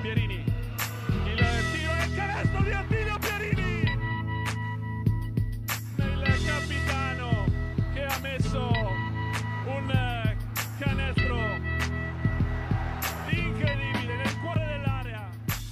Pierini, il tiro e il canestro di Attilio Pierini, il capitano che ha messo un canestro incredibile nel cuore dell'area.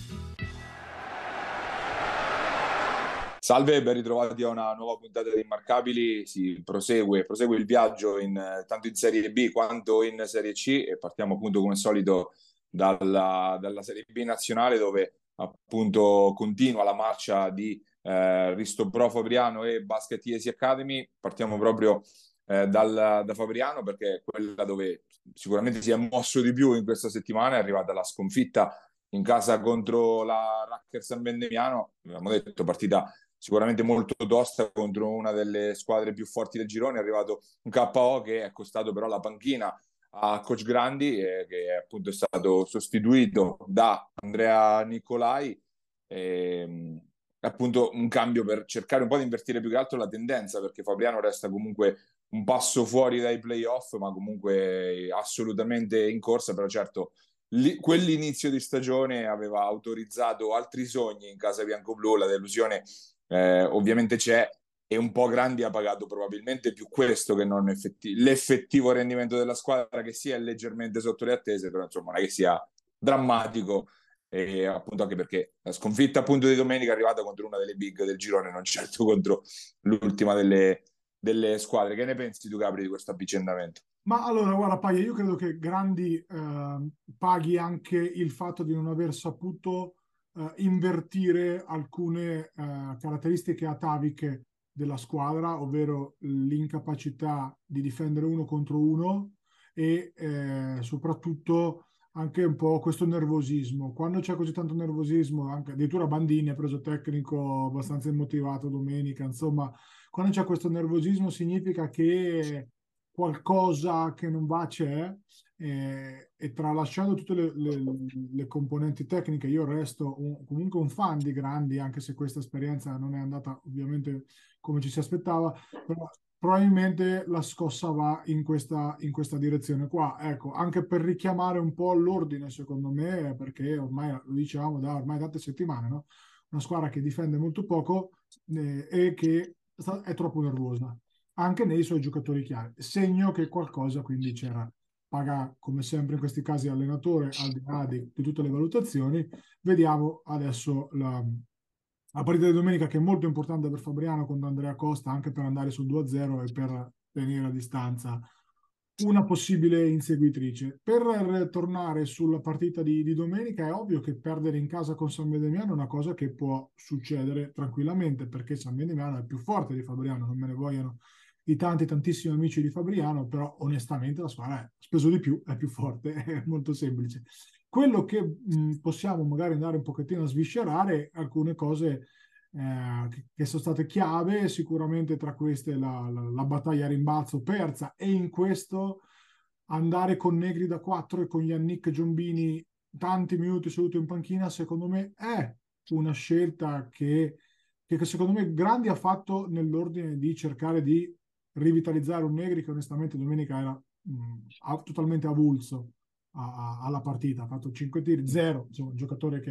Salve, ben ritrovati a una nuova puntata di Immarcabili. Si prosegue il viaggio tanto in Serie B quanto in Serie C e partiamo appunto come al solito dalla Serie B nazionale, dove appunto continua la marcia di Risto Pro Fabriano e Basket Iesi Academy. Partiamo proprio da Fabriano, perché è quella dove sicuramente si è mosso di più in questa settimana. È arrivata la sconfitta in casa contro la Rutgers San Vendemiano. Abbiamo detto partita sicuramente molto tosta contro una delle squadre più forti del girone. È arrivato un KO che è costato però la panchina a Coach Grandi, che appunto è stato sostituito da Andrea Nicolai. Appunto un cambio per cercare un po' di invertire più che altro la tendenza, perché Fabriano resta comunque un passo fuori dai playoff, ma comunque assolutamente in corsa. Però certo, quell'inizio di stagione aveva autorizzato altri sogni in casa bianco-blu. La delusione ovviamente c'è, e un po' Grandi ha pagato probabilmente più questo che non l'effettivo rendimento della squadra, che sia leggermente sotto le attese, però insomma non è che sia drammatico. E appunto anche perché la sconfitta appunto di domenica è arrivata contro una delle big del girone, non certo contro l'ultima delle squadre. Che ne pensi tu, Gabri, di questo avvicendamento? Ma allora, guarda, Paglia, io credo che Grandi paghi anche il fatto di non aver saputo invertire alcune caratteristiche ataviche della squadra, ovvero l'incapacità di difendere uno contro uno e soprattutto anche un po' questo nervosismo. Quando c'è così tanto nervosismo, anche addirittura Bandini ha preso tecnico abbastanza immotivato domenica, insomma, quando c'è questo nervosismo significa che qualcosa che non va c'è, e tralasciando tutte le componenti tecniche, io resto comunque un fan di Grandi, anche se questa esperienza non è andata ovviamente come ci si aspettava, però probabilmente la scossa va in questa direzione qua, ecco, anche per richiamare un po' l'ordine, secondo me, perché ormai lo diciamo da ormai tante settimane, no? Una squadra che difende molto poco e che è troppo nervosa anche nei suoi giocatori chiave. Segno che qualcosa quindi c'era. Paga come sempre in questi casi l'allenatore, al di là di tutte le valutazioni. Vediamo adesso la partita di domenica, che è molto importante per Fabriano con Andrea Costa, anche per andare sul 2-0 e per tenere a distanza una possibile inseguitrice. Per tornare sulla partita di domenica, è ovvio che perdere in casa con San Mediano è una cosa che può succedere tranquillamente, perché San Mediano è più forte di Fabriano, non me ne vogliono i tantissimi amici di Fabriano, però onestamente la squadra ha speso di più, è più forte, è molto semplice. Quello che possiamo magari andare un pochettino a sviscerare, alcune cose che sono state chiave, sicuramente tra queste la battaglia a rimbalzo persa, e in questo andare con Negri da 4 e con Yannick Giombini tanti minuti seduto in panchina, secondo me è una scelta che secondo me Grandi ha fatto nell'ordine di cercare di rivitalizzare un Negri che onestamente domenica era totalmente avulso alla partita. Ha fatto 5 tiri, 0, insomma, un giocatore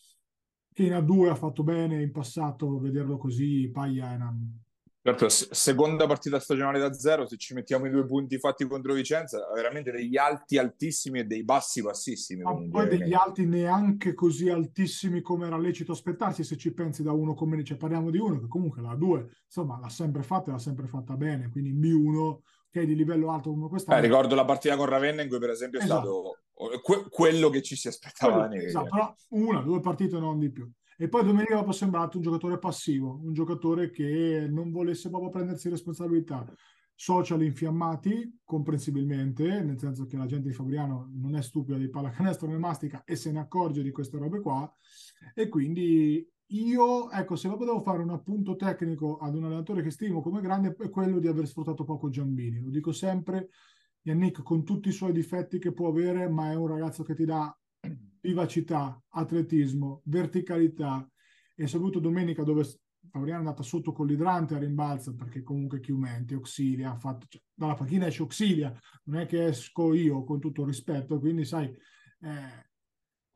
che in A2 ha fatto bene in passato. Vederlo così, Paglia è una... Certo, seconda partita stagionale da zero. Se ci mettiamo i 2 punti fatti contro Vicenza, ha veramente degli alti altissimi e dei bassi bassissimi Ma poi comunque. degli alti neanche così altissimi come era lecito aspettarsi, se ci pensi, da uno come cioè, parliamo di uno che comunque la 2, insomma, l'ha sempre fatta e l'ha sempre fatta bene, quindi in B1, che è di livello alto come quest'anno. Ricordo la partita con Ravenna in cui per esempio è Esatto. stato quello che ci si aspettava da Negri. Esatto, però una, 2 partite non di più. E poi domenica dopo è sembrato un giocatore passivo, un giocatore che non volesse proprio prendersi responsabilità. Social infiammati, comprensibilmente, nel senso che la gente di Fabriano non è stupida di pallacanestro né mastica e se ne accorge di queste robe qua. E quindi io, ecco, se proprio devo fare un appunto tecnico ad un allenatore che stimo come grande, è quello di aver sfruttato poco Giambini. Lo dico sempre, Yannick con tutti i suoi difetti che può avere, ma è un ragazzo che ti dà vivacità, atletismo, verticalità, e soprattutto domenica dove Fabriano è andata sotto con l'idrante a rimbalzo, perché comunque Chiumenti, Auxilia ha fatto, cioè, dalla panchina esce Auxilia, non è che esco io, con tutto il rispetto, quindi sai...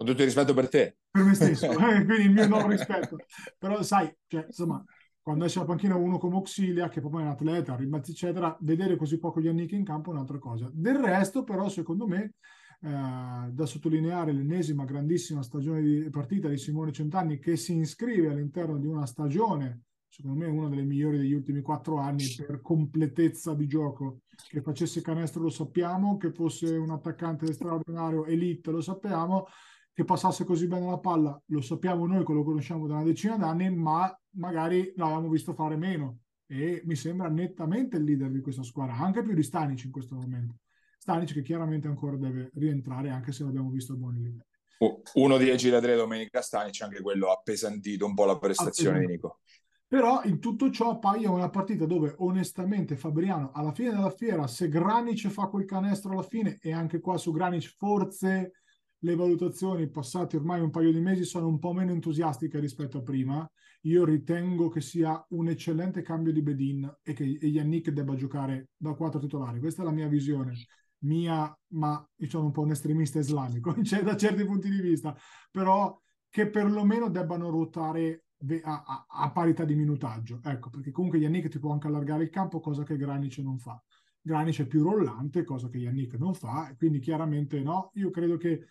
Con tutto il rispetto per te. Per me stesso, quindi il mio non rispetto. Però sai, cioè, insomma, quando esce la panchina uno come Auxilia, che proprio è un atleta, rimbalzi eccetera, vedere così poco Yannick in campo è un'altra cosa. Del resto, però, secondo me, da sottolineare l'ennesima grandissima stagione di partita di Simone Centanni, che si iscrive all'interno di una stagione, secondo me, una delle migliori degli ultimi 4 anni per completezza di gioco. Che facesse canestro lo sappiamo, che fosse un attaccante straordinario, elite lo sappiamo, che passasse così bene la palla, lo sappiamo noi che lo conosciamo da una decina d'anni, ma magari l'avevamo visto fare meno e mi sembra nettamente il leader di questa squadra, anche più di Stanic in questo momento. Stanic che chiaramente ancora deve rientrare, anche se l'abbiamo visto a buoni livelli. 1-10 da 3 domenica Stanic, anche quello ha appesantito un po' la prestazione di Nico. Però in tutto ciò appare una partita dove onestamente Fabriano alla fine della fiera, se Granic fa quel canestro alla fine, e anche qua su Granic forse le valutazioni passate ormai un paio di mesi sono un po' meno entusiastiche rispetto a prima, io ritengo che sia un eccellente cambio di Bedin e che Yannick debba giocare da 4 titolari. Questa è la mia visione mia, ma io sono un po' un estremista islamico, cioè, da certi punti di vista, però che perlomeno debbano ruotare a parità di minutaggio, ecco, perché comunque Yannick ti può anche allargare il campo, cosa che Granic non fa. Granic è più rollante, cosa che Yannick non fa, e quindi chiaramente no, io credo che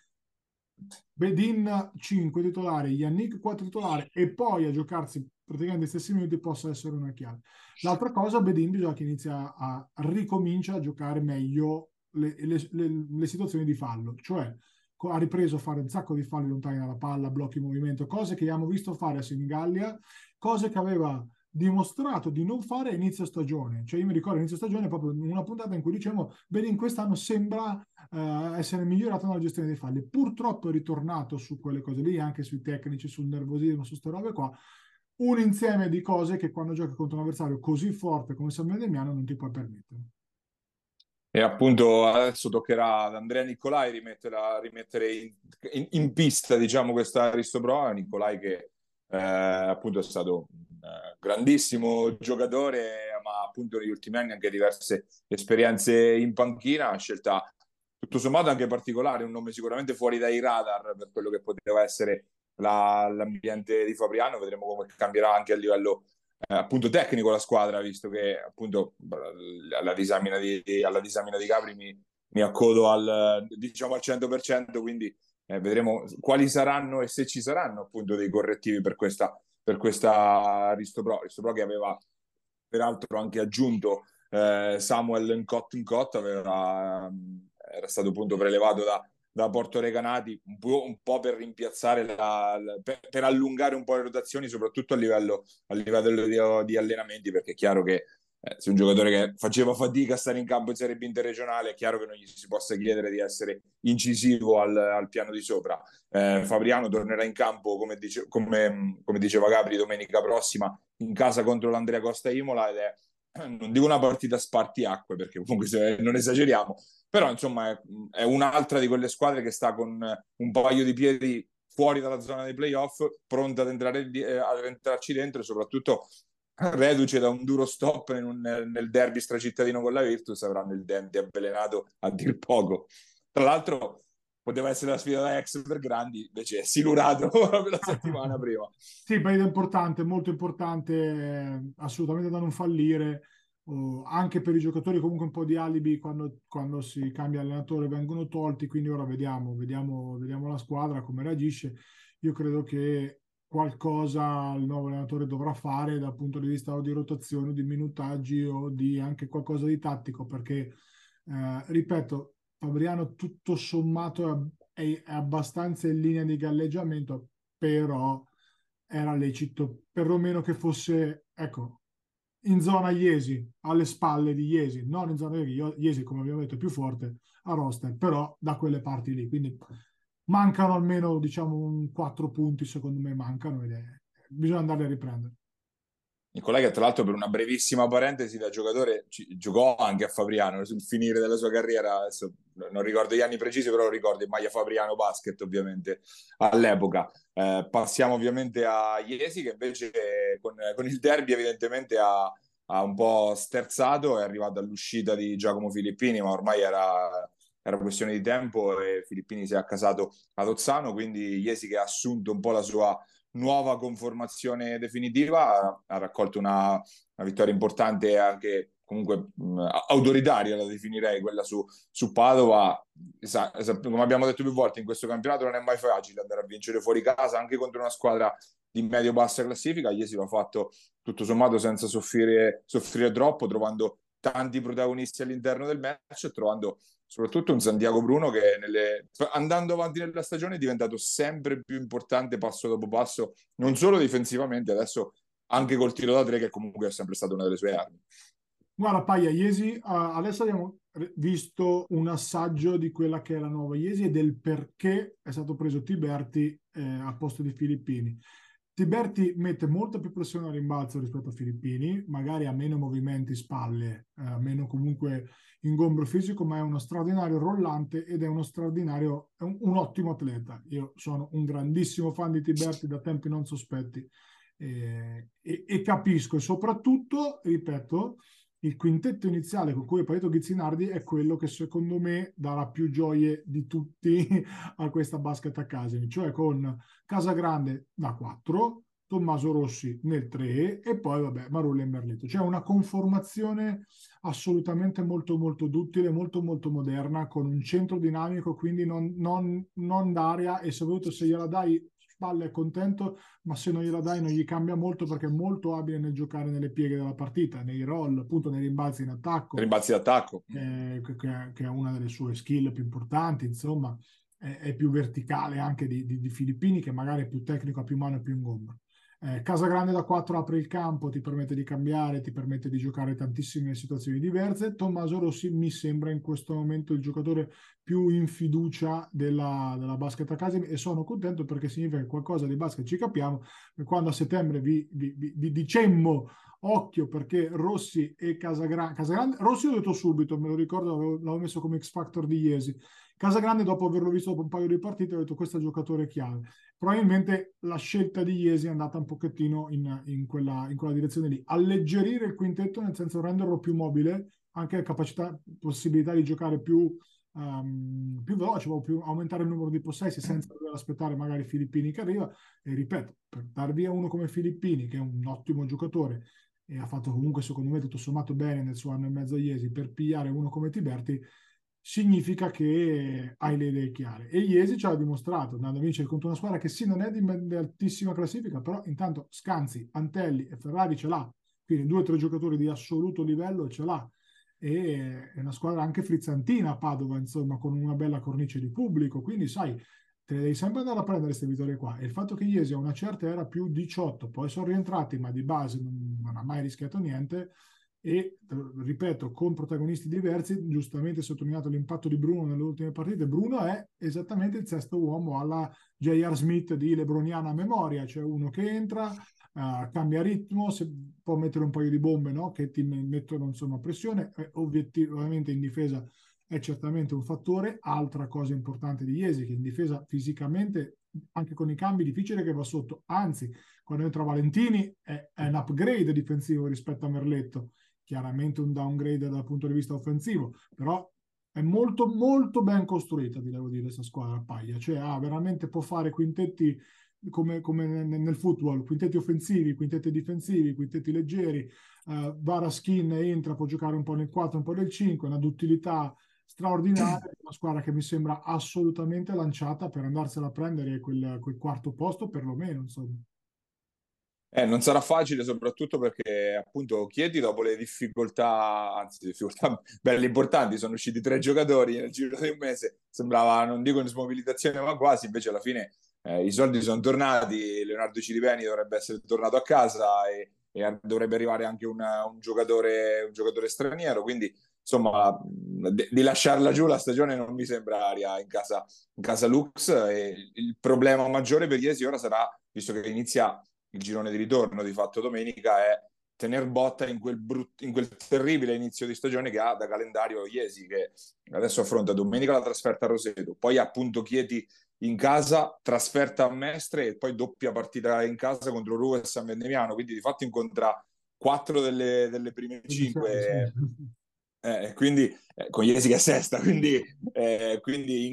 Bedin 5 titolare, Yannick 4 titolare e poi a giocarsi praticamente gli stessi minuti possa essere una chiave. L'altra cosa, Bedin bisogna che inizia a ricomincia a giocare meglio le situazioni di fallo, cioè ha ripreso a fare un sacco di falli lontani dalla palla, blocchi in movimento, cose che abbiamo visto fare a Senigallia, cose che aveva dimostrato di non fare a inizio stagione. Cioè io mi ricordo inizio stagione proprio una puntata in cui diciamo Bedin quest'anno sembra essere migliorato nella gestione dei falli. Purtroppo è ritornato su quelle cose lì, anche sui tecnici, sul nervosismo, su queste robe qua. Un insieme di cose che quando giochi contro un avversario così forte come Samuel Demiano non ti puoi permettere. E appunto adesso toccherà ad Andrea Nicolai rimettere in pista, diciamo, questa Aristoprova. Nicolai che appunto è stato un grandissimo giocatore, ma appunto negli ultimi anni anche diverse esperienze in panchina, ha scelta tutto sommato anche particolare, un nome sicuramente fuori dai radar per quello che poteva essere l'ambiente di Fabriano. Vedremo come cambierà anche a livello appunto tecnico la squadra, visto che appunto alla disamina di Capri mi accodo diciamo al 100%, quindi vedremo quali saranno e se ci saranno appunto dei correttivi per questa Aristopro che aveva peraltro anche aggiunto Samuel Nkot, era stato appunto prelevato da Porto Recanati un po' per rimpiazzare per allungare un po' le rotazioni, soprattutto a livello di allenamenti, perché è chiaro che se un giocatore che faceva fatica a stare in campo in Serie B interregionale, è chiaro che non gli si possa chiedere di essere incisivo al piano di sopra. Fabriano tornerà in campo, come diceva Gabri, domenica prossima in casa contro l'Andrea Costa Imola, ed è, non dico una partita spartiacque, perché comunque non esageriamo, però insomma è un'altra di quelle squadre che sta con un paio di piedi fuori dalla zona dei playoff, pronta ad entrarci dentro, e soprattutto reduce da un duro stop nel derby stracittadino con la Virtus, avranno il dente avvelenato a dir poco. Tra l'altro poteva essere la sfida da ex per grandi, invece è silurato proprio la settimana prima. Sì, partita importante, molto importante, assolutamente da non fallire. Anche per i giocatori comunque un po' di alibi quando si cambia allenatore vengono tolti, quindi ora vediamo la squadra come reagisce. Io credo che qualcosa il nuovo allenatore dovrà fare dal punto di vista o di rotazione, o di minutaggi o di anche qualcosa di tattico, perché ripeto, Fabriano tutto sommato è abbastanza in linea di galleggiamento, però era lecito perlomeno che fosse, ecco, in zona Iesi, alle spalle di Iesi, non in zona Iesi, come abbiamo detto, è più forte a roster, però da quelle parti lì. Quindi mancano almeno, diciamo, 4 punti, secondo me mancano, bisogna andarli a riprendere. Nicolai che tra l'altro per una brevissima parentesi da giocatore giocò anche a Fabriano sul finire della sua carriera, adesso non ricordo gli anni precisi, però ricordo in maglia Fabriano Basket ovviamente all'epoca. Passiamo ovviamente a Iesi che invece con il derby evidentemente ha un po' sterzato, è arrivato all'uscita di Giacomo Filippini, ma ormai era era questione di tempo e Filippini si è accasato ad Ozzano, quindi Iesi, che ha assunto un po' la sua nuova conformazione definitiva, ha raccolto una vittoria importante, anche comunque autoritaria, la definirei, quella su Padova. Come abbiamo detto più volte, in questo campionato non è mai facile andare a vincere fuori casa, anche contro una squadra di medio-bassa classifica. Iesi l'ha fatto tutto sommato senza soffrire troppo, trovando tanti protagonisti all'interno del match e trovando soprattutto un Santiago Bruno che andando avanti nella stagione è diventato sempre più importante passo dopo passo, non solo difensivamente, adesso anche col tiro da tre, che comunque è sempre stata una delle sue armi. Guarda, Paia, Iesi, adesso abbiamo visto un assaggio di quella che è la nuova Iesi e del perché è stato preso Tiberti al posto di Filippini. Tiberti mette molta più pressione al rimbalzo rispetto a Filippini, magari ha meno movimenti spalle, meno comunque ingombro fisico, ma è uno straordinario rollante ed è uno straordinario, un ottimo atleta. Io sono un grandissimo fan di Tiberti da tempi non sospetti e capisco, e soprattutto, ripeto, il quintetto iniziale con cui è partito Ghizzinardi è quello che secondo me darà più gioie di tutti a questa Basket Academy, cioè con Casagrande da 4, Tommaso Rossi nel 3 e poi vabbè Marulli e Merletto. Cioè una conformazione assolutamente molto molto duttile, molto molto moderna, con un centro dinamico, quindi non d'aria, e soprattutto se gliela dai spalle è contento, ma se non gliela dai non gli cambia molto, perché è molto abile nel giocare nelle pieghe della partita, nei roll, appunto nei rimbalzi in attacco, Rimbalzi d'attacco. che è una delle sue skill più importanti, insomma, è più verticale anche di Filippini, che magari è più tecnico, ha più mano e più ingombro. Casagrande da 4 apre il campo, ti permette di cambiare, ti permette di giocare tantissime situazioni diverse. Tommaso Rossi mi sembra in questo momento il giocatore più in fiducia della Basket Academy, e sono contento perché significa che qualcosa di basket ci capiamo. Quando a settembre vi dicemmo occhio, perché Rossi e Casagrande, Rossi l'ho detto subito, me lo ricordo, l'avevo messo come X Factor di Iesi. Casagrande, dopo averlo visto dopo un paio di partite, ho detto questo è il giocatore chiave. Probabilmente la scelta di Iesi è andata un pochettino in quella direzione lì, alleggerire il quintetto, nel senso renderlo più mobile, anche capacità, possibilità di giocare più veloce, o aumentare il numero di possessi senza dover aspettare magari Filippini che arriva. E ripeto, per dar via uno come Filippini, che è un ottimo giocatore e ha fatto comunque secondo me tutto sommato bene nel suo anno e mezzo a Iesi, per pigliare uno come Tiberti significa che hai le idee chiare. E Iesi ce l'ha dimostrato, andando a vincere contro una squadra che sì, non è di altissima classifica, però intanto Scanzi, Antelli e Ferrari ce l'ha, quindi 2 o 3 giocatori di assoluto livello ce l'ha, e è una squadra anche frizzantina a Padova, insomma, con una bella cornice di pubblico, quindi sai, te le devi sempre andare a prendere queste vittorie qua. E il fatto che Iesi a una certa era più 18, poi sono rientrati, ma di base non ha mai rischiato niente, e ripeto, con protagonisti diversi. Giustamente sottolineato l'impatto di Bruno nelle ultime partite. Bruno è esattamente il sesto uomo alla J.R. Smith di Lebroniana memoria, cioè uno che entra, cambia ritmo, può mettere un paio di bombe, no? Che ti mettono insomma pressione, ovviamente in difesa è certamente un fattore. Altra cosa importante di Iesi, che in difesa fisicamente, anche con i cambi, difficile che va sotto, anzi quando entra Valentini è un upgrade difensivo rispetto a Merletto, chiaramente un downgrade dal punto di vista offensivo, però è molto molto ben costruita, devo dire, questa squadra Paglia, cioè veramente può fare quintetti come nel football, quintetti offensivi, quintetti difensivi, quintetti leggeri. Varaskin entra, può giocare un po' nel 4, un po' nel 5, una duttilità straordinaria, una squadra che mi sembra assolutamente lanciata per andarsela a prendere quel quarto posto perlomeno, insomma. Non sarà facile, soprattutto perché appunto Chieti, dopo le difficoltà, anzi difficoltà belle importanti, sono usciti 3 giocatori nel giro di un mese, sembrava, non dico in smobilitazione, ma quasi. Invece alla fine i soldi sono tornati, Leonardo Ciripeni dovrebbe essere tornato a casa e dovrebbe arrivare anche un giocatore straniero, quindi insomma di lasciarla giù la stagione non mi sembra aria in casa Lux, e il problema maggiore per Iesi ora sarà, visto che inizia il girone di ritorno di fatto domenica, è tener botta in quel terribile inizio di stagione che ha da calendario Iesi, che adesso affronta domenica la trasferta a Roseto, poi appunto Chieti in casa, trasferta a Mestre e poi doppia partita in casa contro Ruvo e San Vendemiano, quindi di fatto incontra 4 delle prime 5. quindi con Iesi che è sesta, quindi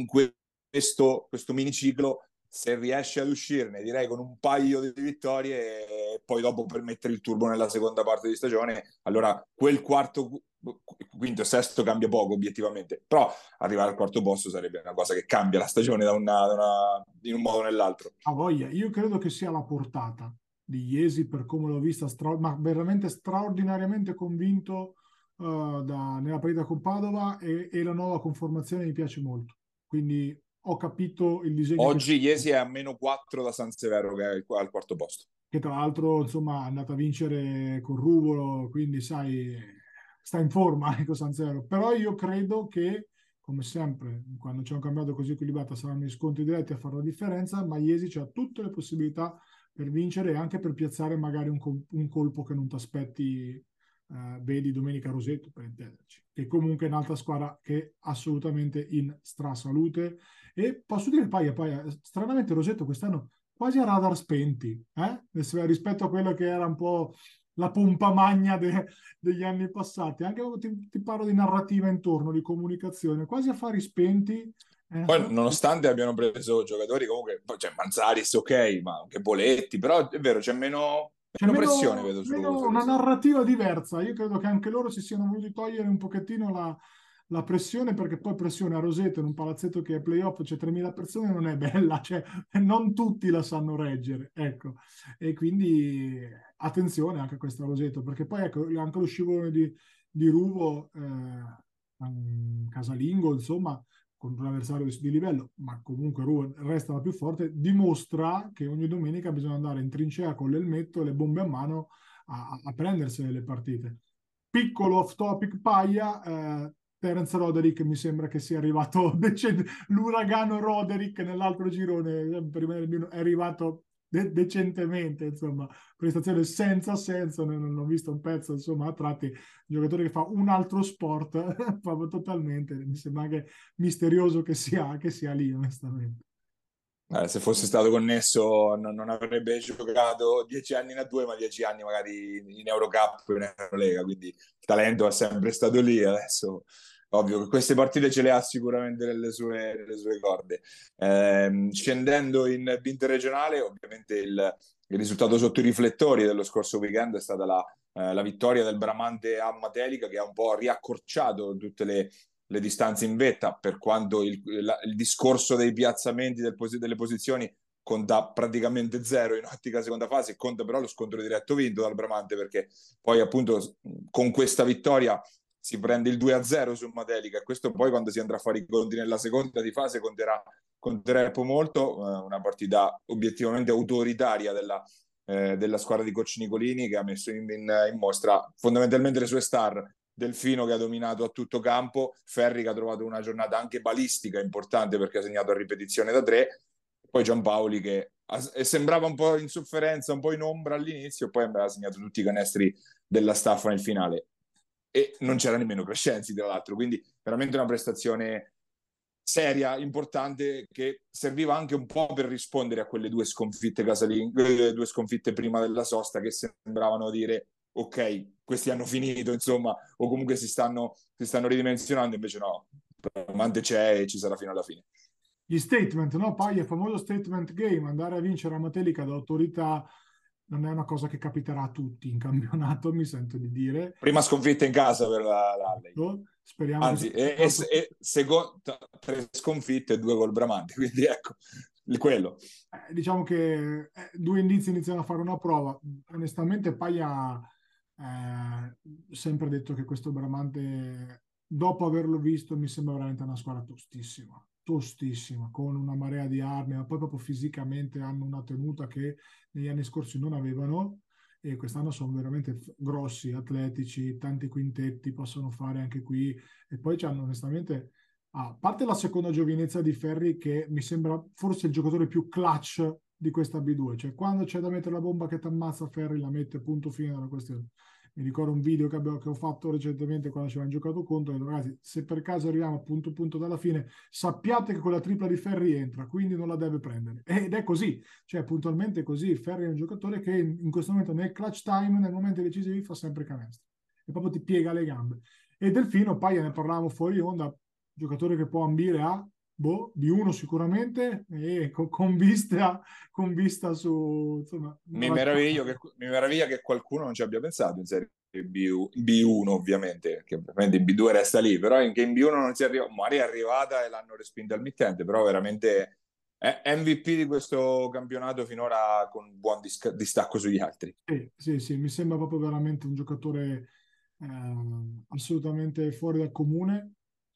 questo miniciclo, se riesce ad uscirne, direi con un paio di vittorie e poi dopo per mettere il turbo nella seconda parte di stagione, allora quel quinto e sesto cambia poco obiettivamente, però arrivare al quarto posto sarebbe una cosa che cambia la stagione in un modo o nell'altro. A voglia, io credo che sia la portata di Iesi per come l'ho vista, ma veramente straordinariamente convinto nella partita con Padova e la nuova conformazione mi piace molto. Quindi ho capito il disegno Oggi Iesi è a meno 4 da San Severo che è al quarto posto. che tra l'altro insomma è andata a vincere con Ruvolo, quindi sai, sta in forma ecco San Severo. Però io credo che, come sempre, quando c'è un campionato così equilibrato saranno gli scontri diretti a fare la differenza, ma Iesi ha tutte le possibilità per vincere e anche per piazzare magari un colpo che non ti aspetti. Vedi Domenica Rosetto per intenderci, che comunque è un'altra squadra che è assolutamente in strasalute. E posso dire, Paia, stranamente Rosetto quest'anno quasi a radar spenti, rispetto a quello che era un po' la pompa magna degli anni passati. Anche ti parlo di narrativa intorno, di comunicazione, quasi affari spenti. Poi, nonostante abbiano preso giocatori comunque, cioè Manzaris, ok, ma anche Boletti, però è vero, c'è meno C'è pressione, vedo meno su una Rosetto. narrativa diversa. Io credo che anche loro si siano voluti togliere un pochettino la pressione, perché poi pressione a Roseto in un palazzetto che è playoff, c'è 3.000 persone, non è bella, cioè non tutti la sanno reggere, ecco. E quindi attenzione anche a questo Roseto, perché poi ecco, anche lo scivolone di Ruvo, casalingo, insomma, contro un avversario di livello, ma comunque Ruvo resta la più forte, dimostra che ogni domenica bisogna andare in trincea con l'elmetto e le bombe a mano a prendersene le partite. Piccolo off topic paia, Terence Roderick mi sembra che sia arrivato, l'uragano Roderick nell'altro girone, per rimanere è arrivato decentemente, insomma, prestazione senza senso, non ho visto un pezzo, insomma, a tratti, un giocatore che fa un altro sport, proprio totalmente, mi sembra anche misterioso che sia lì, onestamente. Se fosse stato connesso non avrebbe giocato 10 anni in A2, ma 10 anni magari in Eurocup o in Eurolega, quindi il talento è sempre stato lì. Adesso ovvio che queste partite ce le ha sicuramente nelle sue corde. Scendendo in interregionale, ovviamente il risultato sotto i riflettori dello scorso weekend è stata la vittoria del Bramante a Matelica, che ha un po' riaccorciato tutte le distanze in vetta, per quanto il discorso dei piazzamenti delle posizioni conta praticamente zero in ottica seconda fase, conta però lo scontro diretto vinto dal Bramante, perché poi appunto con questa vittoria si prende il 2-0 su Matelica, e questo poi quando si andrà a fare i conti nella seconda di fase conterà molto. Una partita obiettivamente autoritaria della squadra di Coach Nicolini, che ha messo in mostra fondamentalmente le sue star. Delfino che ha dominato a tutto campo, Ferri che ha trovato una giornata anche balistica importante perché ha segnato a ripetizione da 3, poi Giampaoli che sembrava un po' in sofferenza, un po' in ombra all'inizio, e poi aveva segnato tutti i canestri della staffa nel finale e non c'era nemmeno Crescenzi tra l'altro, quindi veramente una prestazione seria, importante, che serviva anche un po' per rispondere a quelle due sconfitte casalinghe, due sconfitte prima della sosta, che sembravano dire ok, questi hanno finito, insomma, o comunque si stanno ridimensionando, invece no, Bramante c'è e ci sarà fino alla fine. Gli statement, no? Poi il famoso statement game, andare a vincere a Matelica da autorità non è una cosa che capiterà a tutti in campionato, mi sento di dire. Prima sconfitta in casa per l'Alley. Speriamo che Anzi, e 3 sconfitte e 2 col Bramante, quindi ecco, quello. Diciamo che due indizi iniziano a fare una prova. Onestamente, Paia ha sempre detto che questo Bramante, dopo averlo visto, mi sembra veramente una squadra tostissima, tostissima, con una marea di armi, ma poi proprio fisicamente hanno una tenuta che negli anni scorsi non avevano e quest'anno sono veramente grossi, atletici, tanti quintetti possono fare anche qui e poi hanno onestamente a parte la seconda giovinezza di Ferri, che mi sembra forse il giocatore più clutch di questa B2, cioè quando c'è da mettere la bomba che ti ammazza Ferri la mette, punto fine della questione. Mi ricordo un video che ho fatto recentemente quando ci avevamo giocato contro, e ragazzi, se per caso arriviamo a punto dalla fine, sappiate che quella tripla di Ferri entra, quindi non la deve prendere. Ed è così, cioè puntualmente così. Ferri è un giocatore che in questo momento nel clutch time, nel momento decisivo, fa sempre canestro e proprio ti piega le gambe. E Delfino, poi ne parlavamo fuori onda, giocatore che può ambire a B1 sicuramente, e con vista su, insomma, Mi meraviglia che qualcuno non ci abbia pensato in Serie B1, ovviamente, che ovviamente in B2 resta lì, però in che in B1 non si arriva, magari è arrivata e l'hanno respinta al mittente, però veramente è MVP di questo campionato finora con buon distacco sugli altri. Sì, sì, mi sembra proprio veramente un giocatore assolutamente fuori dal comune,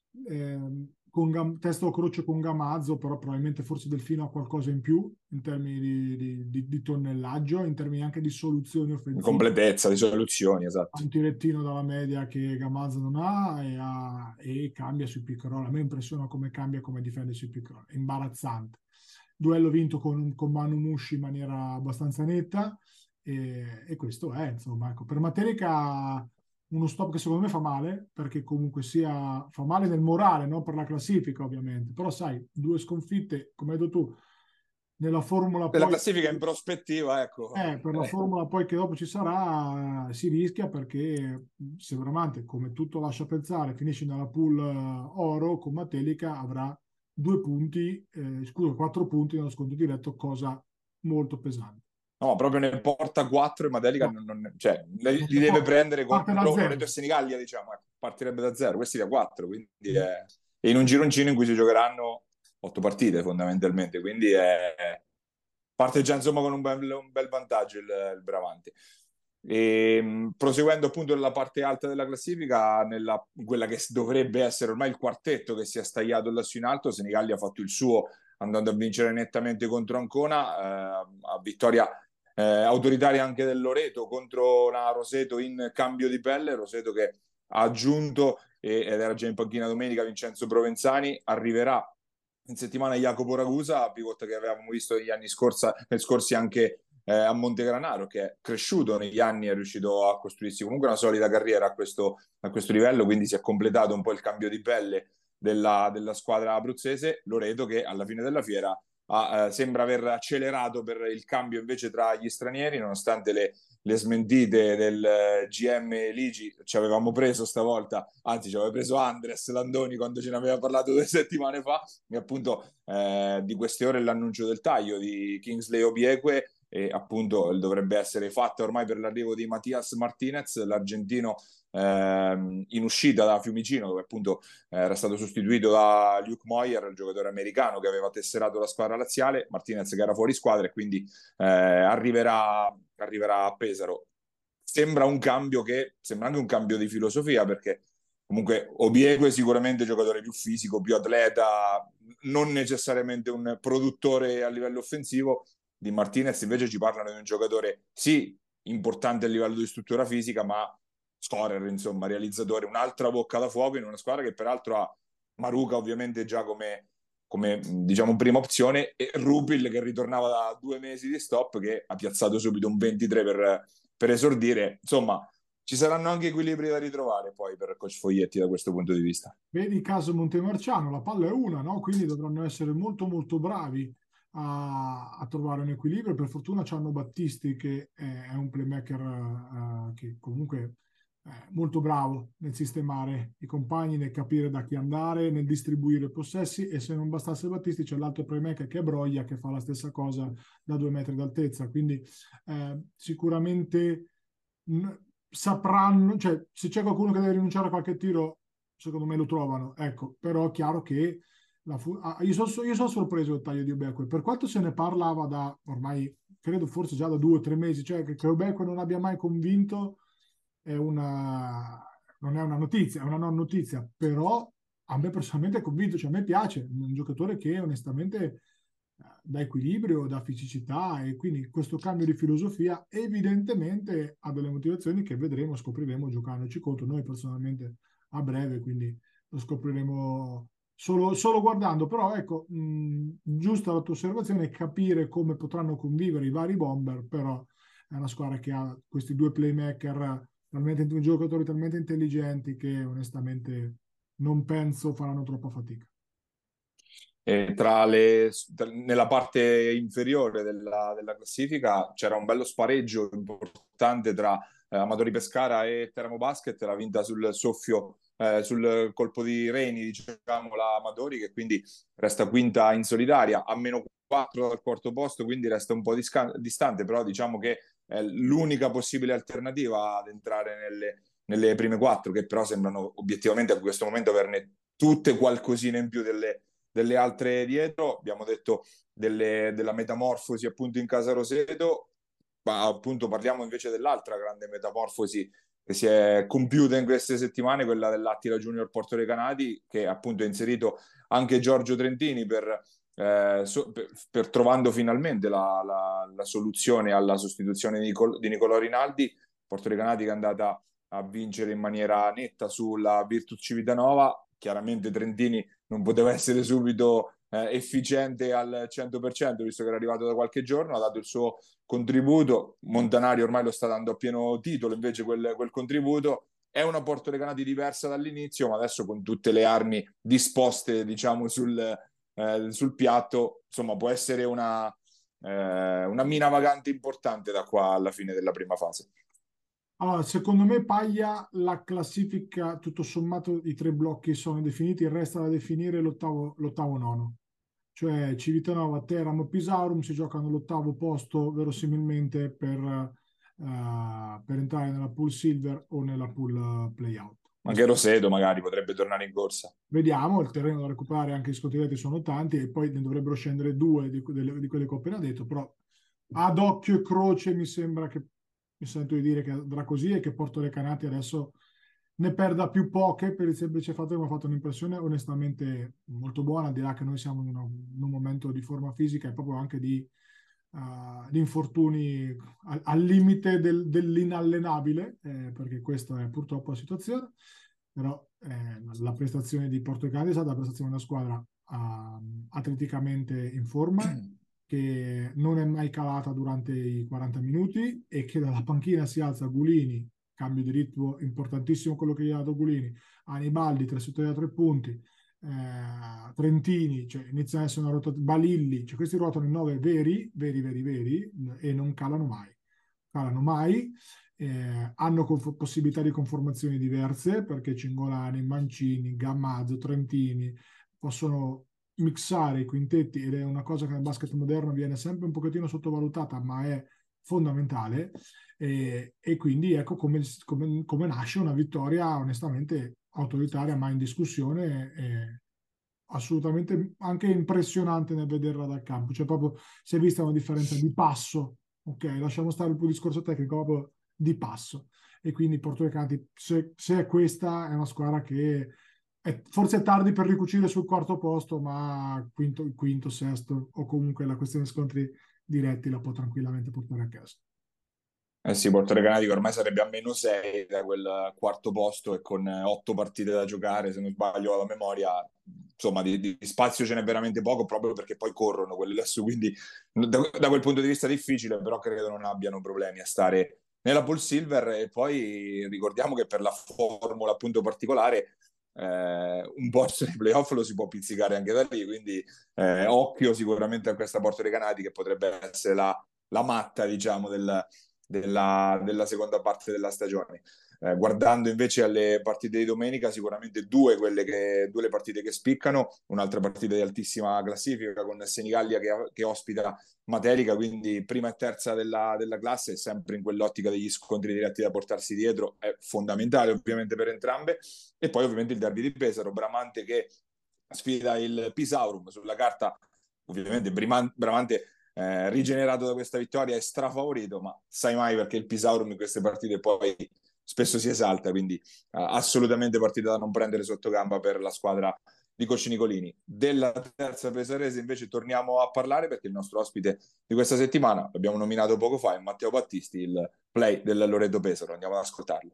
con testo a croce con Gamazzo, però probabilmente forse Delfino ha qualcosa in più in termini di tonnellaggio, in termini anche di soluzioni In offensive. completezza di soluzioni, Ha esatto. un tirettino dalla media che Gamazzo non ha, e cambia sui pick and roll. A me impressiona come cambia, come difende sui pick and roll. È imbarazzante. Duello vinto con Manu Mushi in maniera abbastanza netta, e questo è, insomma, ecco, per Matelica uno stop che secondo me fa male, perché comunque sia, fa male nel morale, non per la classifica ovviamente, però sai, 2 sconfitte, come hai detto tu, nella formula Per la poi classifica in prospettiva, ecco. per la formula poi che dopo ci sarà, si rischia, perché se veramente, come tutto lascia pensare, finisce nella pool oro, con Matelica avrà 2 punti, scusa, 4 punti nello sconto diretto, cosa molto pesante. No, proprio ne porta 4 e Matelica No, cioè, non li si deve può. prendere Parte da contro zero. Loreto e Senigallia, diciamo, partirebbe da 0, questi da 4, quindi è in un gironcino in cui si giocheranno 8 partite fondamentalmente, quindi parte già insomma con un bel vantaggio il Bravante. Proseguendo appunto nella parte alta della classifica, quella che dovrebbe essere ormai il quartetto che si è stagliato lassù in alto, Senigallia ha fatto il suo andando a vincere nettamente contro Ancona, a vittoria autoritaria anche del Loreto contro una Roseto in cambio di pelle, Roseto che ha aggiunto ed era già in panchina domenica Vincenzo Provenzani, arriverà in settimana Jacopo Ragusa, pivot che avevamo visto negli anni scorsi anche a Montegranaro, che è cresciuto negli anni, è riuscito a costruirsi comunque una solida carriera a questo livello, quindi si è completato un po' il cambio di pelle della squadra abruzzese. Loreto che alla fine della fiera sembra aver accelerato per il cambio invece tra gli stranieri, nonostante le smentite del GM Ligi. Ci avevamo preso stavolta, anzi ci aveva preso Andres Landoni quando ce ne aveva parlato 2 settimane fa, e appunto di queste ore l'annuncio del taglio di Kingsley Obieque, e appunto dovrebbe essere fatta ormai per l'arrivo di Matias Martinez, l'argentino in uscita da Fiumicino, dove appunto era stato sostituito da Luke Moyer, il giocatore americano che aveva tesserato la squadra laziale. Martinez che era fuori squadra, e quindi arriverà a Pesaro. Sembra anche un cambio di filosofia, perché comunque Obiego è sicuramente giocatore più fisico, più atleta, non necessariamente un produttore a livello offensivo. Di Martinez invece ci parlano di un giocatore sì importante a livello di struttura fisica, ma scorer, insomma, realizzatore, un'altra bocca da fuoco in una squadra che peraltro ha Maruca ovviamente già come diciamo prima opzione, e Rupil che ritornava da 2 mesi di stop, che ha piazzato subito un 23 per esordire. Insomma, ci saranno anche equilibri da ritrovare poi per Coach Foglietti da questo punto di vista. Vedi il caso Montemarciano, la palla è una, no? Quindi dovranno essere molto molto bravi a trovare un equilibrio. Per fortuna c'hanno Battisti, che è un playmaker che comunque è molto bravo nel sistemare i compagni, nel capire da chi andare, nel distribuire possessi, e se non bastasse Battisti c'è l'altro playmaker che è Broglia, che fa la stessa cosa da 2 metri d'altezza. Quindi sicuramente mh, sapranno, cioè se c'è qualcuno che deve rinunciare a qualche tiro, secondo me lo trovano, ecco. Però è chiaro che io sono sorpreso del taglio di Obeque, per quanto se ne parlava da ormai, credo forse già da 2 o 3 mesi, cioè che Obeque non abbia mai convinto, è non è una notizia, è una non notizia, però a me personalmente è convinto, cioè a me piace, è un giocatore che onestamente dà equilibrio, dà fisicità, e quindi questo cambio di filosofia evidentemente ha delle motivazioni che vedremo, scopriremo giocandoci contro noi personalmente a breve, quindi lo scopriremo solo guardando. Però ecco, giusta la tua osservazione, capire come potranno convivere i vari bomber, però è una squadra che ha questi 2 playmaker, giocatori talmente intelligenti, che onestamente non penso faranno troppa fatica. Nella parte inferiore della classifica c'era un bello spareggio importante tra Amatori Pescara e Teramo Basket, l'ha vinta sul soffio sul colpo di Reni, diciamo, la Amatori, che quindi resta quinta in solitaria, a meno 4 dal quarto posto, quindi resta un po' distante, però diciamo che è l'unica possibile alternativa ad entrare nelle prime 4, che però sembrano obiettivamente a questo momento averne tutte qualcosina in più delle altre dietro. Abbiamo detto della metamorfosi appunto in Casa Roseto, ma appunto parliamo invece dell'altra grande metamorfosi che si è compiuta in queste settimane, quella dell'Attila Junior Porto Recanati, che appunto ha inserito anche Giorgio Trentini per trovando finalmente la soluzione alla sostituzione di Nicolò Rinaldi. Porto Recanati che è andata a vincere in maniera netta sulla Virtus Civitanova. Chiaramente Trentini non poteva essere subito efficiente al 100%, visto che era arrivato da qualche giorno, ha dato il suo contributo. Montanari ormai lo sta dando a pieno titolo, invece quel contributo. È una Porto Recanati diversa dall'inizio, ma adesso con tutte le armi disposte, diciamo, sul piatto, insomma, può essere una mina vagante importante da qua alla fine della prima fase. Allora, secondo me Paglia, la classifica, tutto sommato i 3 blocchi sono definiti, il resto da definire l'ottavo nono. Cioè Civitanova, Teramo, Pisaurum si giocano l'ottavo posto verosimilmente per entrare nella pool silver o nella pool playout. Anche Roseto magari potrebbe tornare in corsa. Vediamo, il terreno da recuperare, anche gli sconti sono tanti e poi ne dovrebbero scendere 2 di quelle che ho appena detto, però ad occhio e croce mi sembra che, mi sento di dire che andrà così e che Porto Recanati adesso ne perda più poche per il semplice fatto che mi ha fatto un'impressione onestamente molto buona, al di là che noi siamo in un momento di forma fisica e proprio anche di infortuni al limite dell'inallenabile, perché questa è purtroppo la situazione, però la prestazione di Porto Recanati è stata la prestazione di una squadra atleticamente in forma, che non è mai calata durante i 40 minuti e che dalla panchina si alza Gulini, cambio di ritmo importantissimo quello che gli ha dato Gulini, Anibaldi, 3 su 3 da 3 punti, Trentini, cioè inizia a essere una rotazione, Balilli, cioè questi ruotano in 9 veri e non calano mai. Calano mai, hanno possibilità di conformazioni diverse perché Cingolani, Mancini, Gammazzo, Trentini possono mixare i quintetti ed è una cosa che nel basket moderno viene sempre un pochettino sottovalutata, ma è fondamentale. E quindi ecco come nasce una vittoria onestamente autoritaria, ma in discussione, assolutamente anche impressionante nel vederla dal campo. Cioè proprio si è vista una differenza di passo, ok? Lasciamo stare il discorso tecnico, proprio di passo. E quindi Porto Recanati, se è questa, è una squadra che forse è tardi per ricucire sul quarto posto, ma quinto, sesto o comunque la questione scontri diretti la può tranquillamente portare a casa. Eh sì, Porto Recanati che ormai sarebbe a meno 6 da quel quarto posto e con 8 partite da giocare, se non sbaglio alla memoria, insomma di spazio ce n'è veramente poco proprio perché poi corrono quelli adesso, quindi da quel punto di vista difficile, però credo non abbiano problemi a stare nella Pool Silver. E poi ricordiamo che per la formula appunto particolare un posto nei playoff lo si può pizzicare anche da lì, quindi occhio sicuramente a questa Porto Recanati che potrebbe essere la matta, diciamo, della seconda parte della stagione. Guardando invece alle partite di domenica, sicuramente due le partite che spiccano, un'altra partita di altissima classifica con Senigallia che ospita Materica, quindi prima e terza della classe, sempre in quell'ottica degli scontri diretti da portarsi dietro, è fondamentale ovviamente per entrambe. E poi ovviamente il derby di Pesaro, Bramante che sfida il Pisaurum sulla carta, ovviamente Bramante rigenerato da questa vittoria è strafavorito, ma sai mai perché il Pisaurum in queste partite poi spesso si esalta, quindi assolutamente partita da non prendere sotto gamba per la squadra di Coach Nicolini. Della terza pesarese invece torniamo a parlare perché il nostro ospite di questa settimana, l'abbiamo nominato poco fa, è Matteo Battisti, il play del Loreto Pesaro. Andiamo ad ascoltarlo.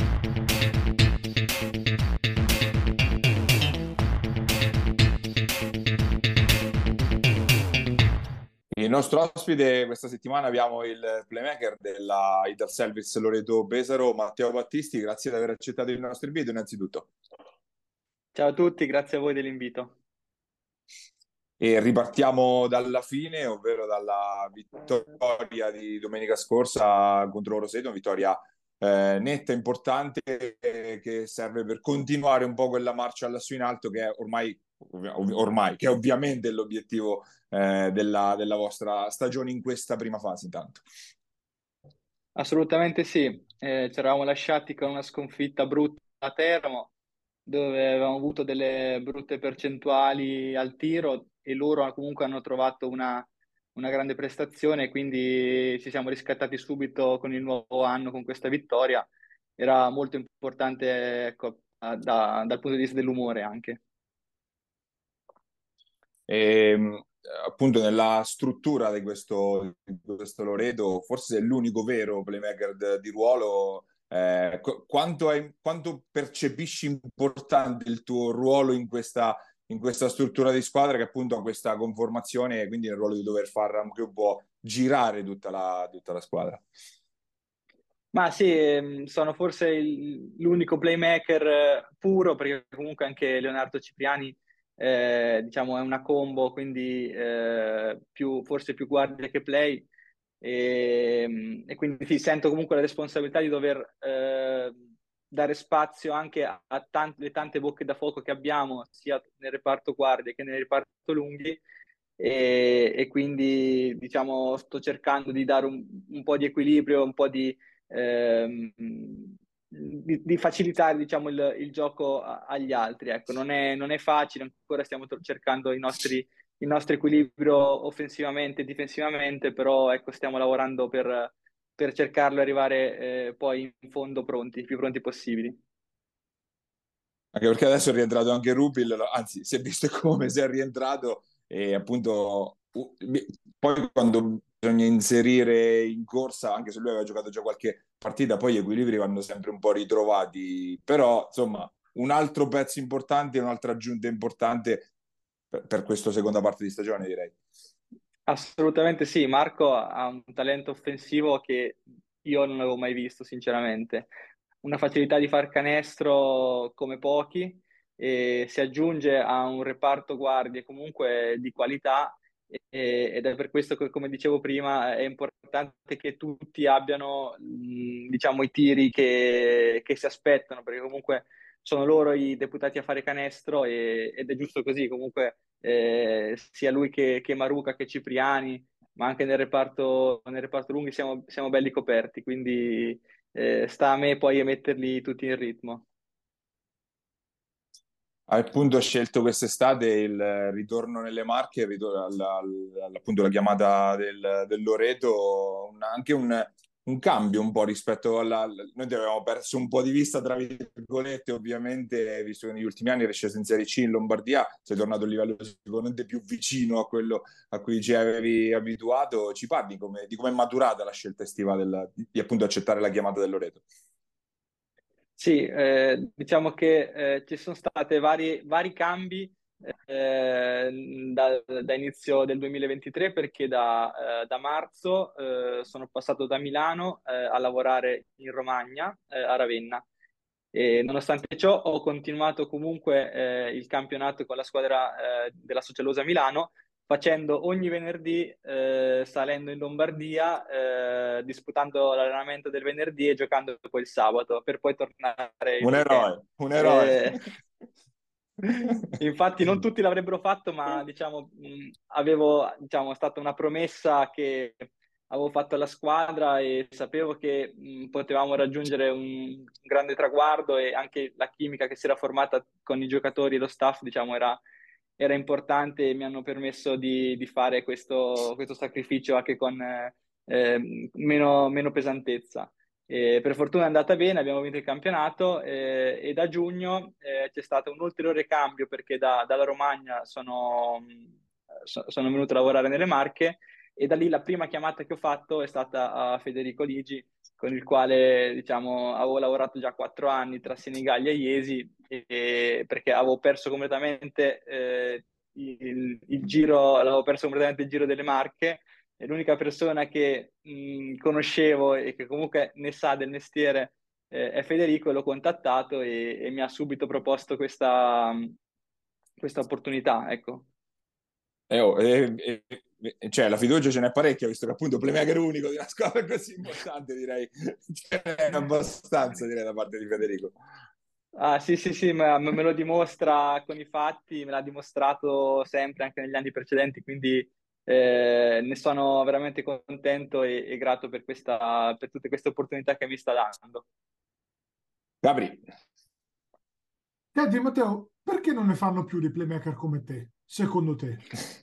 Il nostro ospite questa settimana abbiamo il playmaker della Ital Service Loreto Pesaro, Matteo Battisti. Grazie di aver accettato il nostro invito innanzitutto. Ciao a tutti, grazie a voi dell'invito. E ripartiamo dalla fine, ovvero dalla vittoria di domenica scorsa contro Roseto, una vittoria netta, importante, che serve per continuare un po' quella marcia lassù in alto che è ormai che è ovviamente l'obiettivo della vostra stagione in questa prima fase, intanto. Assolutamente sì. Ci eravamo lasciati con una sconfitta brutta a Teramo, dove avevamo avuto delle brutte percentuali al tiro e loro comunque hanno trovato una grande prestazione, quindi ci siamo riscattati subito con il nuovo anno con questa vittoria. Era molto importante, ecco, dal punto di vista dell'umore anche. E appunto nella struttura di questo Loreto, forse è l'unico vero playmaker di ruolo. Quanto percepisci importante il tuo ruolo in questa struttura di squadra che appunto ha questa conformazione e quindi nel ruolo di dover far anche un po' girare tutta la squadra? Ma sì, sono forse l'unico playmaker puro, perché comunque anche Leonardo Cipriani, diciamo, è una combo, quindi forse più guardia che play. E quindi sì, sento comunque la responsabilità di dover dare spazio anche a le tante bocche da fuoco che abbiamo, sia nel reparto guardie che nel reparto lunghi. E quindi diciamo sto cercando di dare un po' di equilibrio, un po' di facilitare diciamo il gioco agli altri. Ecco, non è facile, ancora stiamo cercando il nostro equilibrio offensivamente e difensivamente, però ecco, stiamo lavorando per cercarlo e arrivare poi in fondo pronti, il più pronti possibili. Anche perché adesso è rientrato anche Rubil, anzi, si è visto come si è rientrato e appunto poi quando bisogna inserire in corsa, anche se lui aveva giocato già qualche partita, poi gli equilibri vanno sempre un po' ritrovati, però insomma un altro pezzo importante, un'altra aggiunta importante per questa seconda parte di stagione, direi. Assolutamente sì, Marco ha un talento offensivo che io non avevo mai visto, sinceramente. Una facilità di far canestro come pochi e si aggiunge a un reparto guardie comunque di qualità ed è per questo che, come dicevo prima, è importante che tutti abbiano, diciamo, i tiri che si aspettano, perché comunque sono loro i deputati a fare canestro ed è giusto così. Comunque sia lui che Maruca che Cipriani, ma anche nel reparto lunghi siamo belli coperti, quindi sta a me poi a metterli tutti in ritmo. Hai appunto scelto quest'estate il ritorno nelle Marche, appunto la chiamata del Loreto, anche un cambio un po' rispetto Noi ti avevamo perso un po' di vista, tra virgolette, ovviamente, visto che negli ultimi anni eri sceso in Serie C in Lombardia, sei tornato a un livello sicuramente più vicino a quello a cui ci avevi abituato. Ci parli di come è maturata la scelta estiva di appunto accettare la chiamata del Loreto? Sì, diciamo che ci sono state vari cambi da inizio del 2023 perché da marzo sono passato da Milano a lavorare in Romagna, a Ravenna. E nonostante ciò ho continuato comunque il campionato con la squadra della Socialosa Milano, facendo ogni venerdì, salendo in Lombardia, disputando l'allenamento del venerdì e giocando poi il sabato, per poi tornare il Un weekend. eroe, un eroe. Eh, Infatti non tutti l'avrebbero fatto, ma diciamo, avevo, diciamo, è stata una promessa che avevo fatto alla squadra e sapevo che potevamo raggiungere un grande traguardo e anche la chimica che si era formata con i giocatori e lo staff, diciamo, era importante e mi hanno permesso di fare questo sacrificio anche con meno pesantezza. Per fortuna è andata bene, abbiamo vinto il campionato e da giugno c'è stato un ulteriore cambio perché dalla Romagna sono venuto a lavorare nelle Marche e da lì la prima chiamata che ho fatto è stata a Federico Ligi, con il quale diciamo, avevo lavorato già 4 anni tra Senigallia e Iesi, perché avevo perso completamente il giro, avevo perso completamente il giro delle Marche e l'unica persona che conoscevo e che comunque ne sa del mestiere è Federico, l'ho contattato e mi ha subito proposto questa opportunità, ecco. cioè la fiducia ce n'è parecchia, visto che appunto playmaker unico di una squadra così importante, direi ce n'è abbastanza, direi, da parte di Federico. Ah, sì, sì, sì, ma me lo dimostra con i fatti, me l'ha dimostrato sempre anche negli anni precedenti, quindi ne sono veramente contento e grato per per tutte queste opportunità che mi sta dando. Gabri. Senti, Matteo, perché non ne fanno più di playmaker come te, secondo te?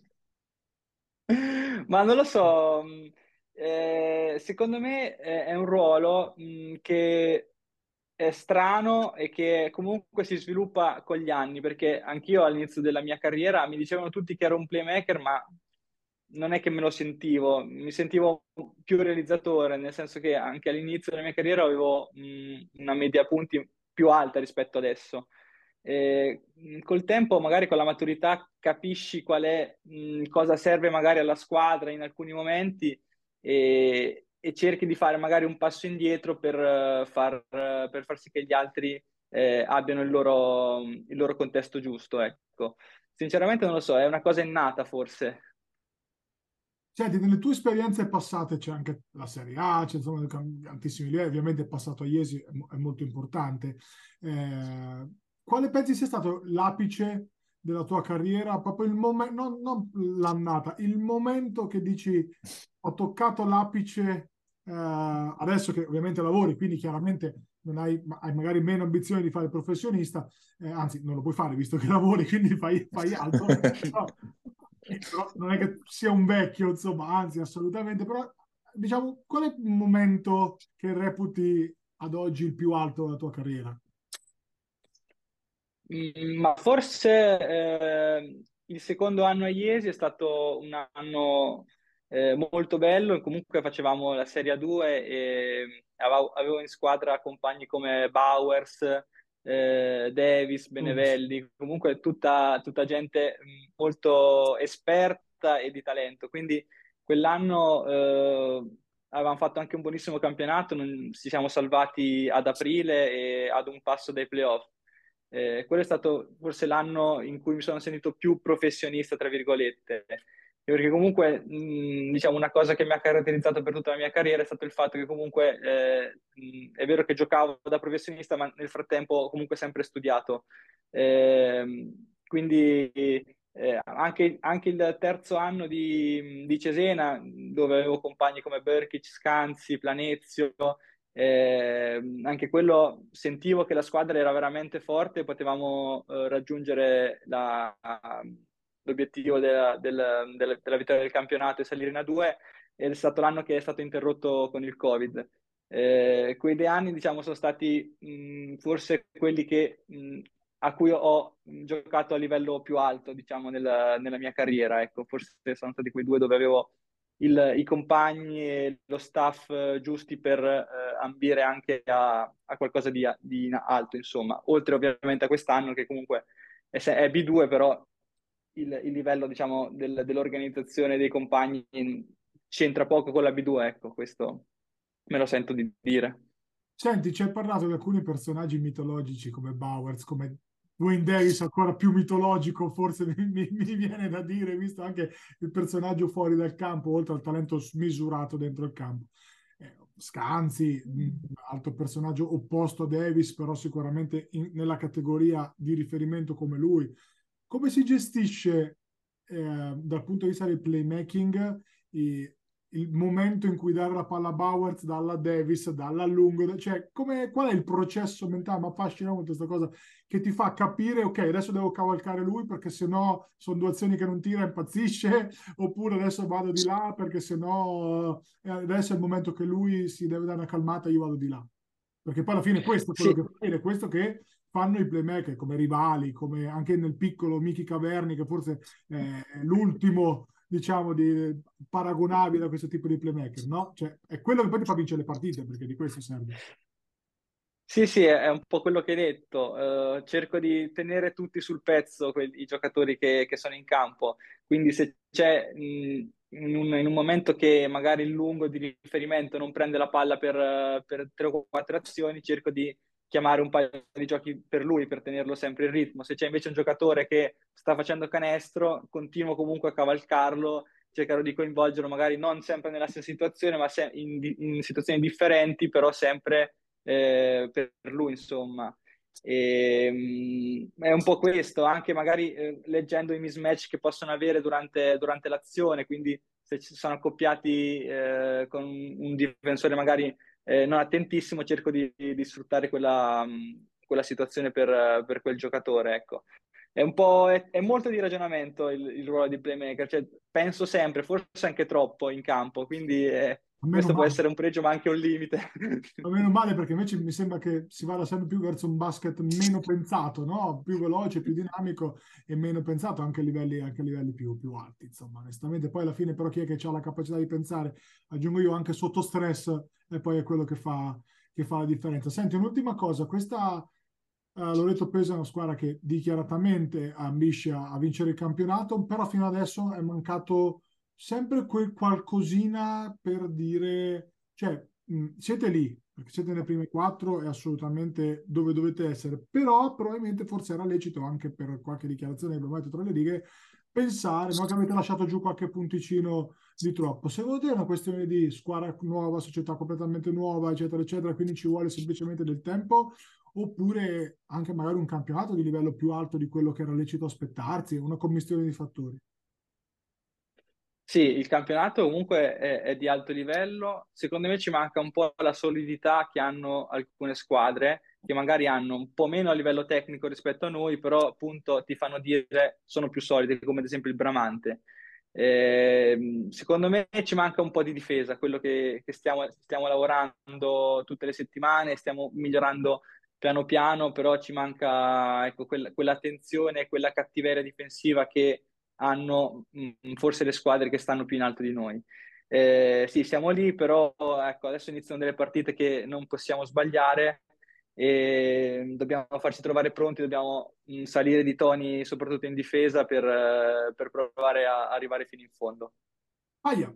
Ma non lo so, secondo me è un ruolo che è strano e che comunque si sviluppa con gli anni, perché anch'io all'inizio della mia carriera mi dicevano tutti che ero un playmaker, ma non è che me lo sentivo, mi sentivo più realizzatore, nel senso che anche all'inizio della mia carriera avevo una media punti più alta rispetto adesso. Col tempo, magari con la maturità, capisci qual è, cosa serve magari alla squadra in alcuni momenti e cerchi di fare magari un passo indietro per far sì che gli altri abbiano il loro contesto giusto, ecco. Sinceramente non lo so, è una cosa innata forse. Senti, nelle tue esperienze passate c'è anche la Serie A, c'è insomma tantissimi livelli, ovviamente il passato a Iesi è molto importante. Quale pensi sia stato l'apice della tua carriera? Proprio il momento, non l'annata, il momento che dici ho toccato l'apice, adesso che ovviamente lavori, quindi chiaramente non hai magari meno ambizioni di fare il professionista, anzi non lo puoi fare visto che lavori, quindi fai altro. Però non è che sia un vecchio, insomma, anzi, assolutamente. Però, diciamo, qual è il momento che reputi ad oggi il più alto della tua carriera? Ma forse il secondo anno a Iesi è stato un anno molto bello, comunque facevamo la Serie A2 e avevo in squadra compagni come Bowers, Davis, Davis. Benevelli, comunque tutta gente molto esperta e di talento, quindi quell'anno avevamo fatto anche un buonissimo campionato, ci siamo salvati ad aprile e ad un passo dai playoff. Quello è stato forse l'anno in cui mi sono sentito più professionista, tra virgolette, perché comunque, diciamo, una cosa che mi ha caratterizzato per tutta la mia carriera è stato il fatto che comunque è vero che giocavo da professionista, ma nel frattempo ho comunque sempre studiato. Quindi anche il terzo anno di Cesena, dove avevo compagni come Berkic, Scanzi, Planezio, anche quello sentivo che la squadra era veramente forte e potevamo raggiungere l'obiettivo della vittoria del campionato e salire in A2 ed è stato l'anno che è stato interrotto con il Covid. Quei 2 anni, diciamo, sono stati forse quelli a cui ho giocato a livello più alto, diciamo, nella mia carriera. Ecco, forse sono stati quei due dove avevo i compagni e lo staff giusti per ambire anche a qualcosa di alto, insomma. Oltre ovviamente a quest'anno che comunque è B2, però il livello, diciamo, dell'organizzazione dei compagni c'entra poco con la B2, ecco, questo me lo sento di dire. Senti, ci hai parlato di alcuni personaggi mitologici come Bowers, come Wayne Davis, ancora più mitologico, forse mi viene da dire, visto anche il personaggio fuori dal campo, oltre al talento smisurato dentro il campo. Scanzi, altro personaggio opposto a Davis, però sicuramente nella categoria di riferimento come lui. Come si gestisce dal punto di vista del playmaking il momento in cui dare la palla a Bowers, dalla a Davis, dalla a lungo, cioè qual è il processo mentale? Mi affascina molto questa cosa che ti fa capire, ok, adesso devo cavalcare lui perché sennò sono 2 azioni che non tira, impazzisce, oppure adesso vado di là perché sennò adesso è il momento che lui si deve dare una calmata, io vado di là. Perché poi alla fine questo è quello Sì, che fa, ed è questo che fanno i playmaker come rivali, come anche nel piccolo Miki Caverni, che forse è l'ultimo, diciamo, paragonabile a questo tipo di playmaker, no? Cioè, è quello che poi ti fa vincere le partite, perché di questo serve. sì, sì, è un po' quello che hai detto. Cerco di tenere tutti sul pezzo i giocatori che sono in campo. Quindi se c'è in un momento che magari il lungo di riferimento non prende la palla per 3 o 4 azioni, cerco di chiamare un paio di giochi per lui per tenerlo sempre in ritmo. Se c'è invece un giocatore che sta facendo canestro, continuo comunque a cavalcarlo cercherò di coinvolgerlo magari non sempre nella stessa situazione, ma in situazioni differenti, però sempre per lui, insomma. È un po' questo, anche magari leggendo i mismatch che possono avere durante l'azione, quindi se ci sono accoppiati con un difensore magari non attentissimo, cerco di sfruttare quella situazione per quel giocatore, ecco. È molto di ragionamento il ruolo di playmaker, cioè, penso sempre, forse anche troppo in campo, quindi Meno questo può male. essere un pregio ma anche un limite. Ma meno male, perché invece mi sembra che si vada sempre più verso un basket meno pensato, no? Più veloce, più dinamico e meno pensato anche a livelli più alti, insomma, onestamente. Poi alla fine però chi è che ha la capacità di pensare, aggiungo io, anche sotto stress, e poi è quello che fa la differenza. Senti, un'ultima cosa, questa Loreto Pesa è una squadra che dichiaratamente ambisce a vincere il campionato, però fino adesso è mancato sempre quel qualcosina per dire, cioè, siete lì, perché siete nelle prime quattro, è assolutamente dove dovete essere, però probabilmente forse era lecito anche per qualche dichiarazione che abbiamo fatto tra le righe pensare, no, che avete lasciato giù qualche punticino di troppo. Secondo te è una questione di squadra nuova, società completamente nuova, eccetera, eccetera, quindi ci vuole semplicemente del tempo? Oppure anche magari un campionato di livello più alto di quello che era lecito aspettarsi, una commistione di fattori. Sì, il campionato comunque è di alto livello. Secondo me ci manca un po' la solidità che hanno alcune squadre, che magari hanno un po' meno a livello tecnico rispetto a noi, però appunto ti fanno dire sono più solide, come ad esempio il Bramante. Secondo me ci manca un po' di difesa, quello che stiamo lavorando tutte le settimane, stiamo migliorando piano piano, però ci manca, ecco, quell'attenzione, quella cattiveria difensiva che hanno forse le squadre che stanno più in alto di noi. Sì, siamo lì, però ecco, adesso iniziano delle partite che non possiamo sbagliare e dobbiamo farci trovare pronti, dobbiamo salire di toni, soprattutto in difesa, per provare a arrivare fino in fondo. Aia,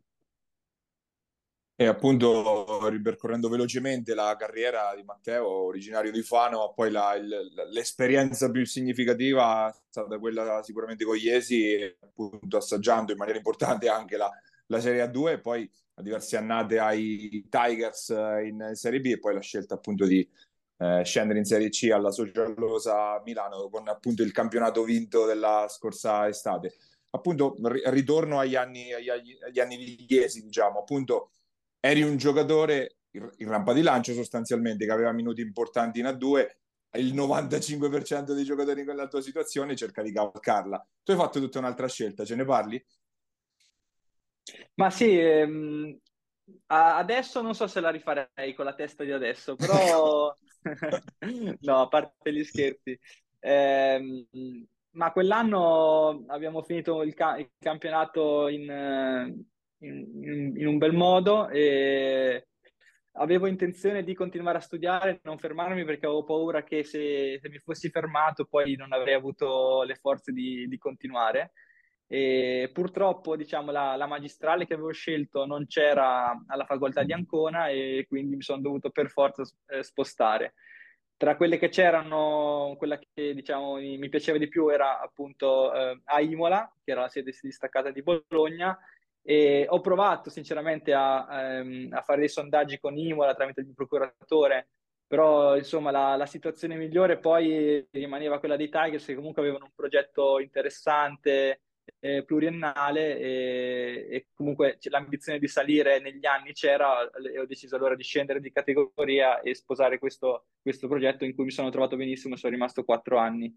E appunto, ripercorrendo velocemente la carriera di Matteo, originario di Fano, ma poi l'esperienza più significativa è stata quella sicuramente con Iesi, appunto assaggiando in maniera importante anche la Serie A2, e poi a diverse annate ai Tigers in Serie B, e poi la scelta appunto di scendere in Serie C alla Socialosa Milano con appunto il campionato vinto della scorsa estate. Appunto, ritorno agli anni di Iesi, diciamo, appunto eri un giocatore in rampa di lancio sostanzialmente che aveva minuti importanti in A2, il 95% dei giocatori in quella tua situazione cerca di cavalcarla. Tu hai fatto tutta un'altra scelta, ce ne parli? Ma sì, adesso non so se la rifarei con la testa di adesso, però no, a parte gli scherzi. Ehm, ma quell'anno abbiamo finito il campionato in un bel modo e avevo intenzione di continuare a studiare, non fermarmi perché avevo paura che se mi fossi fermato poi non avrei avuto le forze di continuare. E purtroppo, diciamo, la magistrale che avevo scelto non c'era alla facoltà di Ancona e quindi mi sono dovuto per forza spostare. Tra quelle che c'erano, quella che diciamo mi piaceva di più era appunto a Imola, che era la sede distaccata di Bologna, e ho provato sinceramente a fare dei sondaggi con Imola tramite il mio procuratore, però insomma la situazione migliore poi rimaneva quella dei Tigers, che comunque avevano un progetto interessante, pluriennale e comunque l'ambizione di salire negli anni c'era e ho deciso allora di scendere di categoria e sposare questo progetto in cui mi sono trovato benissimo e sono rimasto 4 anni.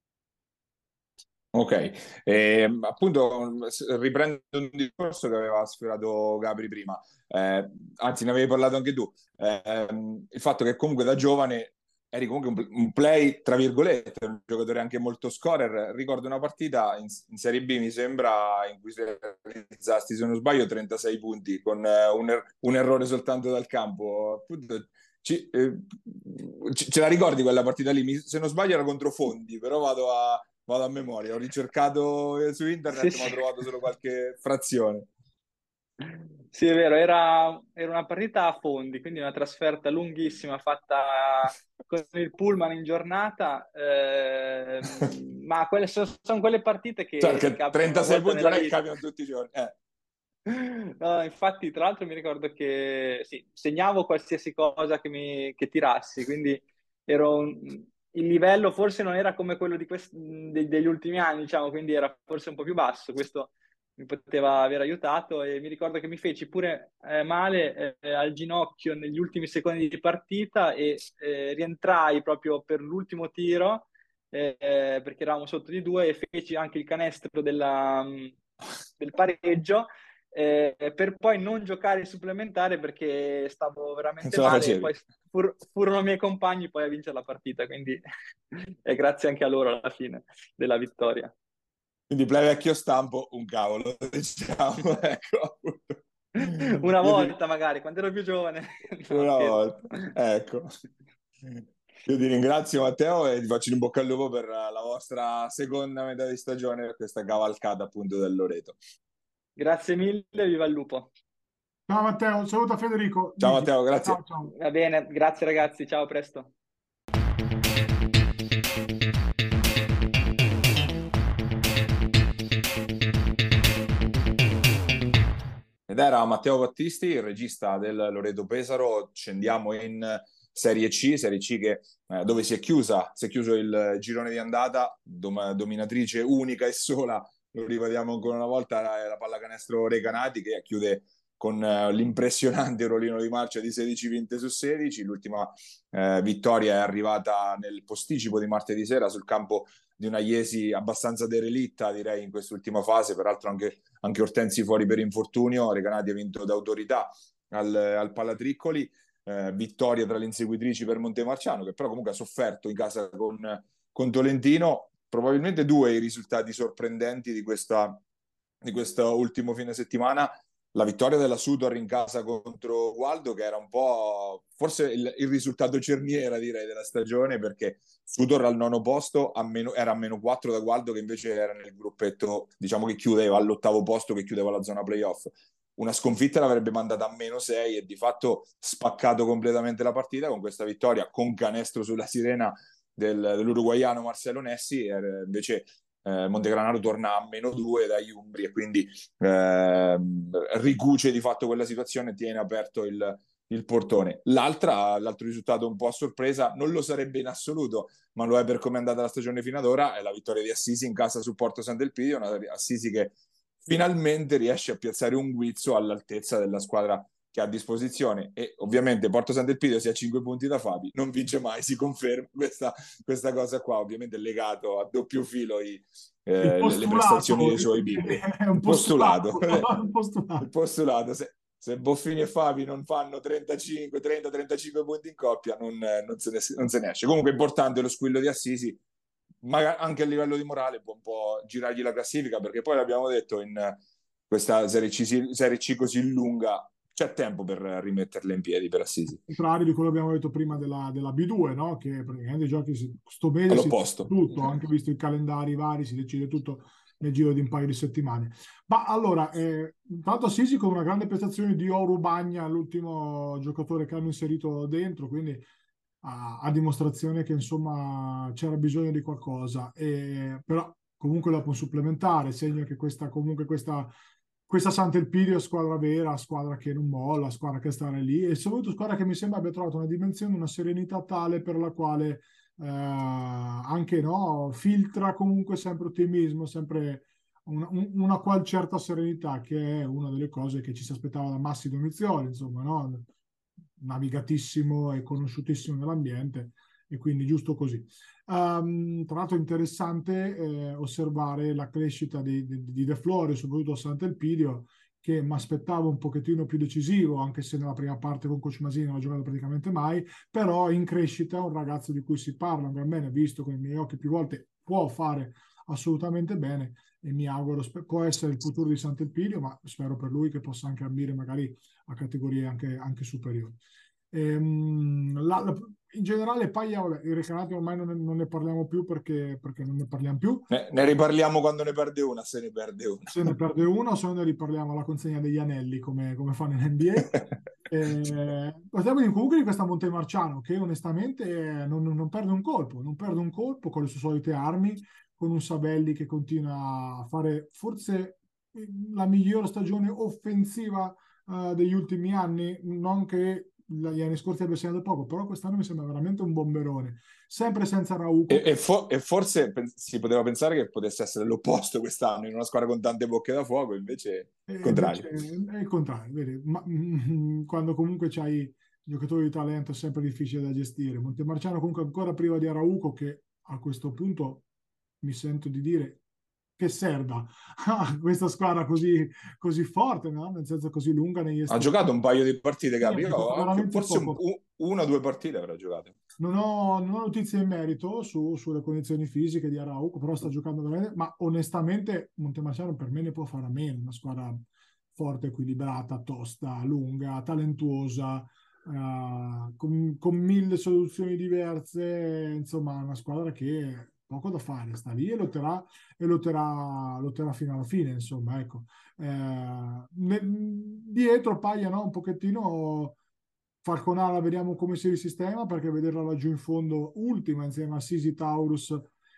Ok, appunto riprendo un discorso che aveva sfiorato Gabri prima, anzi ne avevi parlato anche tu, il fatto che comunque da giovane eri comunque un play, tra virgolette, un giocatore anche molto scorer. Ricordo una partita in Serie B, mi sembra, in cui realizzasti, se non sbaglio, 36 punti con un errore soltanto dal campo. Appunto, ce la ricordi quella partita lì? Se non sbaglio era contro Fondi, però vado a memoria. Ho ricercato su Sì, internet, ma ho sì. trovato solo qualche frazione. Sì, è vero, era una partita a fondi, quindi una trasferta lunghissima fatta con il pullman in giornata, ma quelle sono quelle partite Cioè, che che capitano una 36 volta punti non nella è che vita. capitano tutti i giorni. No, infatti, tra l'altro mi ricordo che sì, segnavo qualsiasi cosa che tirassi, quindi il livello forse non era come quello degli ultimi anni, diciamo, quindi era forse un po' più basso, questo mi poteva aver aiutato e mi ricordo che mi feci pure male al ginocchio negli ultimi secondi di partita e rientrai proprio per l'ultimo tiro perché eravamo sotto di due e feci anche il canestro del pareggio per poi non giocare il supplementare perché stavo Non veramente ce la male e facevi. poi furono i miei compagni poi a vincere la partita, quindi è grazie anche a loro alla fine della vittoria. Quindi play vecchio stampo, un cavolo, diciamo, ecco. Una Io ti... volta magari, quando ero più giovane. No, Una scherzo. volta, ecco. Io ti ringrazio Matteo e ti faccio in bocca al lupo per la vostra seconda metà di stagione, per questa cavalcata appunto del Loreto. Grazie mille, viva il lupo. Ciao Matteo, saluta Federico, Ciao Gigi. Matteo, Ciao grazie. ciao. Va bene, grazie ragazzi, ciao, a presto. Ed era Matteo Battisti, il regista del Loreto Pesaro. Scendiamo in Serie C che, dove si è chiuso il girone di andata, dominatrice unica e sola, lo ripetiamo ancora una volta, è la pallacanestro Recanati che chiude con l'impressionante rolino di marcia di 16 vinte su 16. L'ultima vittoria è arrivata nel posticipo di martedì sera sul campo di una Iesi abbastanza derelitta, direi, in quest'ultima fase, peraltro anche Ortensi fuori per infortunio. Recanati ha vinto d'autorità al Palatriccoli, vittoria tra le inseguitrici per Montemarciano, che però comunque ha sofferto in casa con Tolentino. Probabilmente due i risultati sorprendenti di questo ultimo fine settimana: la vittoria della Sutor in casa contro Gualdo, che era un po' forse il risultato cerniera, direi, della stagione, perché Sutor al nono posto era a meno 4 da Gualdo, che invece era nel gruppetto, diciamo, che chiudeva all'ottavo posto, che chiudeva la zona playoff. Una sconfitta l'avrebbe mandata a meno 6 e di fatto spaccato completamente la partita con questa vittoria con canestro sulla sirena dell'uruguaiano Marcelo Nessi. Invece Montegranaro torna a meno 2 dagli Umbri e quindi ricuce di fatto quella situazione e tiene aperto il portone. L'altro risultato un po' a sorpresa, non lo sarebbe in assoluto, ma lo è per come è andata la stagione fino ad ora, è la vittoria di Assisi in casa su Porto Sant'Elpidio, una Assisi che finalmente riesce a piazzare un guizzo all'altezza della squadra che ha a disposizione. E ovviamente Porto Sant'Elpidio, si ha 5 punti da Fabi, non vince mai, si conferma questa cosa qua, ovviamente legato a doppio filo Il le prestazioni postulato dei suoi bimbi. è un Il postulato, postulato, è un il postulato. postulato. Se Boffini e Fabi non fanno 30-35 punti in coppia, non se ne esce. Comunque è importante lo squillo di Assisi, ma anche a livello di morale può un po' girargli la classifica, perché poi l'abbiamo detto, in questa Serie C così lunga c'è tempo per rimetterle in piedi per Assisi. Contrario di quello che abbiamo detto prima della B2, no? Che praticamente i giochi sto mese si decide All'opposto. tutto, anche visto i calendari vari, si decide tutto nel giro di un paio di settimane. Ma allora, tanto Sisi con una grande prestazione di Oru Bagna, l'ultimo giocatore che hanno inserito dentro, quindi a dimostrazione che insomma c'era bisogno di qualcosa. Però comunque dopo un supplementare, segno che questa Sant'Elpidio è squadra vera, squadra che non molla, squadra che sta lì e soprattutto squadra che mi sembra abbia trovato una dimensione, una serenità tale per la quale anche no, filtra comunque sempre ottimismo, sempre una qual certa serenità, che è una delle cose che ci si aspettava da Massi Domizioli, insomma, no? Navigatissimo e conosciutissimo nell'ambiente e quindi giusto così. Tra l'altro è interessante osservare la crescita di De Florio, soprattutto a Sant'Elpidio, che mi aspettavo un pochettino più decisivo, anche se nella prima parte con Coach Masini non ha giocato praticamente mai, però in crescita, un ragazzo di cui si parla, che a me ne ho visto con i miei occhi più volte, può fare assolutamente bene e mi auguro, può essere il futuro di Sant'Elpidio, ma spero per lui che possa anche ambire magari a categorie anche superiori. In generale, Paglia, vabbè, i Recanati ormai non ne parliamo più perché non ne parliamo più. Ne riparliamo quando ne perde una, se ne perde una. Se ne perde una o se no ne riparliamo alla consegna degli anelli come fanno in NBA. Parliamo comunque di questa Montemarciano che onestamente non perde un colpo, non perde un colpo con le sue solite armi, con un Sabelli che continua a fare forse la migliore stagione offensiva degli ultimi anni, non che gli anni scorsi abbia segnato poco, però quest'anno mi sembra veramente un bomberone, sempre senza Araujo. E forse si poteva pensare che potesse essere l'opposto quest'anno, in una squadra con tante bocche da fuoco, invece il contrario. È il contrario, vedi? Ma, quando comunque c'hai giocatori di talento è sempre difficile da gestire. Montemarciano comunque ancora priva di Araujo, che a questo punto mi sento di dire che serva a questa squadra così forte, no? Nel senso così lunga negli Ha estremi. giocato un paio di partite, Sì, ha Gabri. giocato Anche veramente forse poco. una o due partite avrà giocato. Non ho notizie in merito sulle condizioni fisiche di Araujo, però sta giocando veramente. Ma onestamente, Montemarciano per me ne può fare a meno. Una squadra forte, equilibrata, tosta, lunga, talentuosa, con mille soluzioni diverse. Insomma, una squadra che ha poco da fare, sta lì e lotterà fino alla fine. Insomma, ecco. Dietro Paglia, no? Un pochettino. Falconara, vediamo come si risistema, perché vederla laggiù in fondo ultima insieme a Sisi Taurus,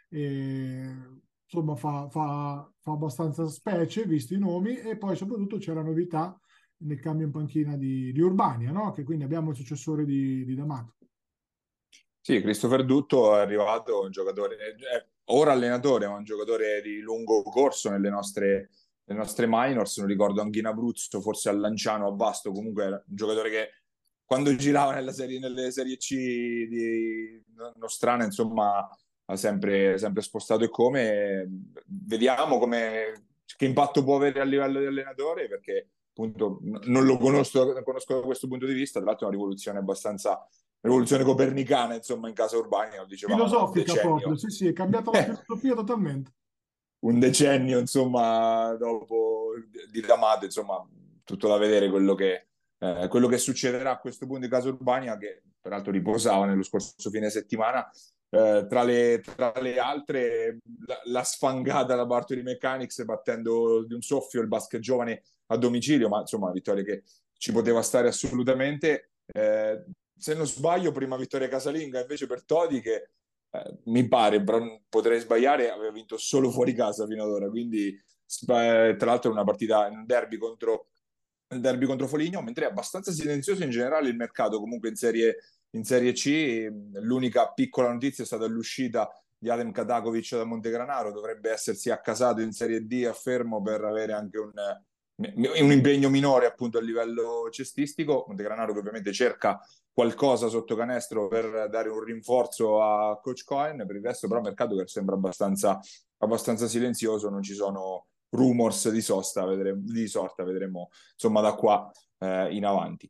insomma fa abbastanza specie visti i nomi. E poi soprattutto c'è la novità nel cambio in panchina di Urbania, no? Che quindi abbiamo il successore di D'Amato. Sì, Christopher Dutto è arrivato, un giocatore, ora allenatore, ma un giocatore di lungo corso nelle nostre minors. Non ricordo anche in Abruzzo, forse a Lanciano, a Vasto, comunque era un giocatore che quando girava nelle serie C di nostrane, insomma, ha sempre spostato. E come vediamo che impatto può avere a livello di allenatore, perché appunto non lo conosco da questo punto di vista. Tra l'altro è una rivoluzione copernicana, insomma, in casa Urbania, lo dicevamo, da un Filosofica proprio, decennio. sì, è cambiata la filosofia totalmente. Un decennio, insomma, dopo di D'Amato, insomma, tutto da vedere quello che succederà a questo punto in casa Urbania, che peraltro riposava nello scorso fine settimana. Tra le altre, la sfangata da Bartoli Mechanics, battendo di un soffio il basket giovane a domicilio, ma insomma una vittoria che ci poteva stare assolutamente. Se non sbaglio, prima vittoria casalinga invece per Todi, che mi pare, però potrei sbagliare, aveva vinto solo fuori casa fino ad ora. Quindi tra l'altro una partita, un derby contro Foligno, mentre è abbastanza silenzioso in generale il mercato comunque in Serie C. L'unica piccola notizia è stata l'uscita di Adem Katakovic da Montegranaro, dovrebbe essersi accasato in Serie D a Fermo per avere anche un impegno minore appunto a livello cestistico. Montegranaro che ovviamente cerca qualcosa sotto canestro per dare un rinforzo a Coach Cohen. Per il resto però mercato che sembra abbastanza silenzioso, non ci sono rumors di sorta, vedremo insomma da qua in avanti.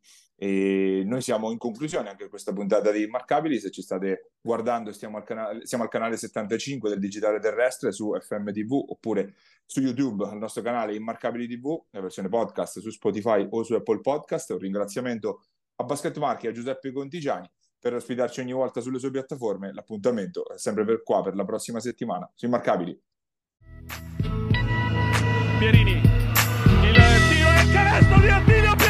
E noi siamo in conclusione anche questa puntata di Immarcabili. Se ci state guardando, siamo al canale 75 del Digitale Terrestre su FMTV, oppure su YouTube al nostro canale Immarcabili TV, la versione podcast su Spotify o su Apple Podcast. Un ringraziamento a Basket Marchi e a Giuseppe Contigiani per ospitarci ogni volta sulle sue piattaforme. L'appuntamento è sempre per qua per la prossima settimana su Immarcabili. Pierini, il tiro e il canestro di Attilio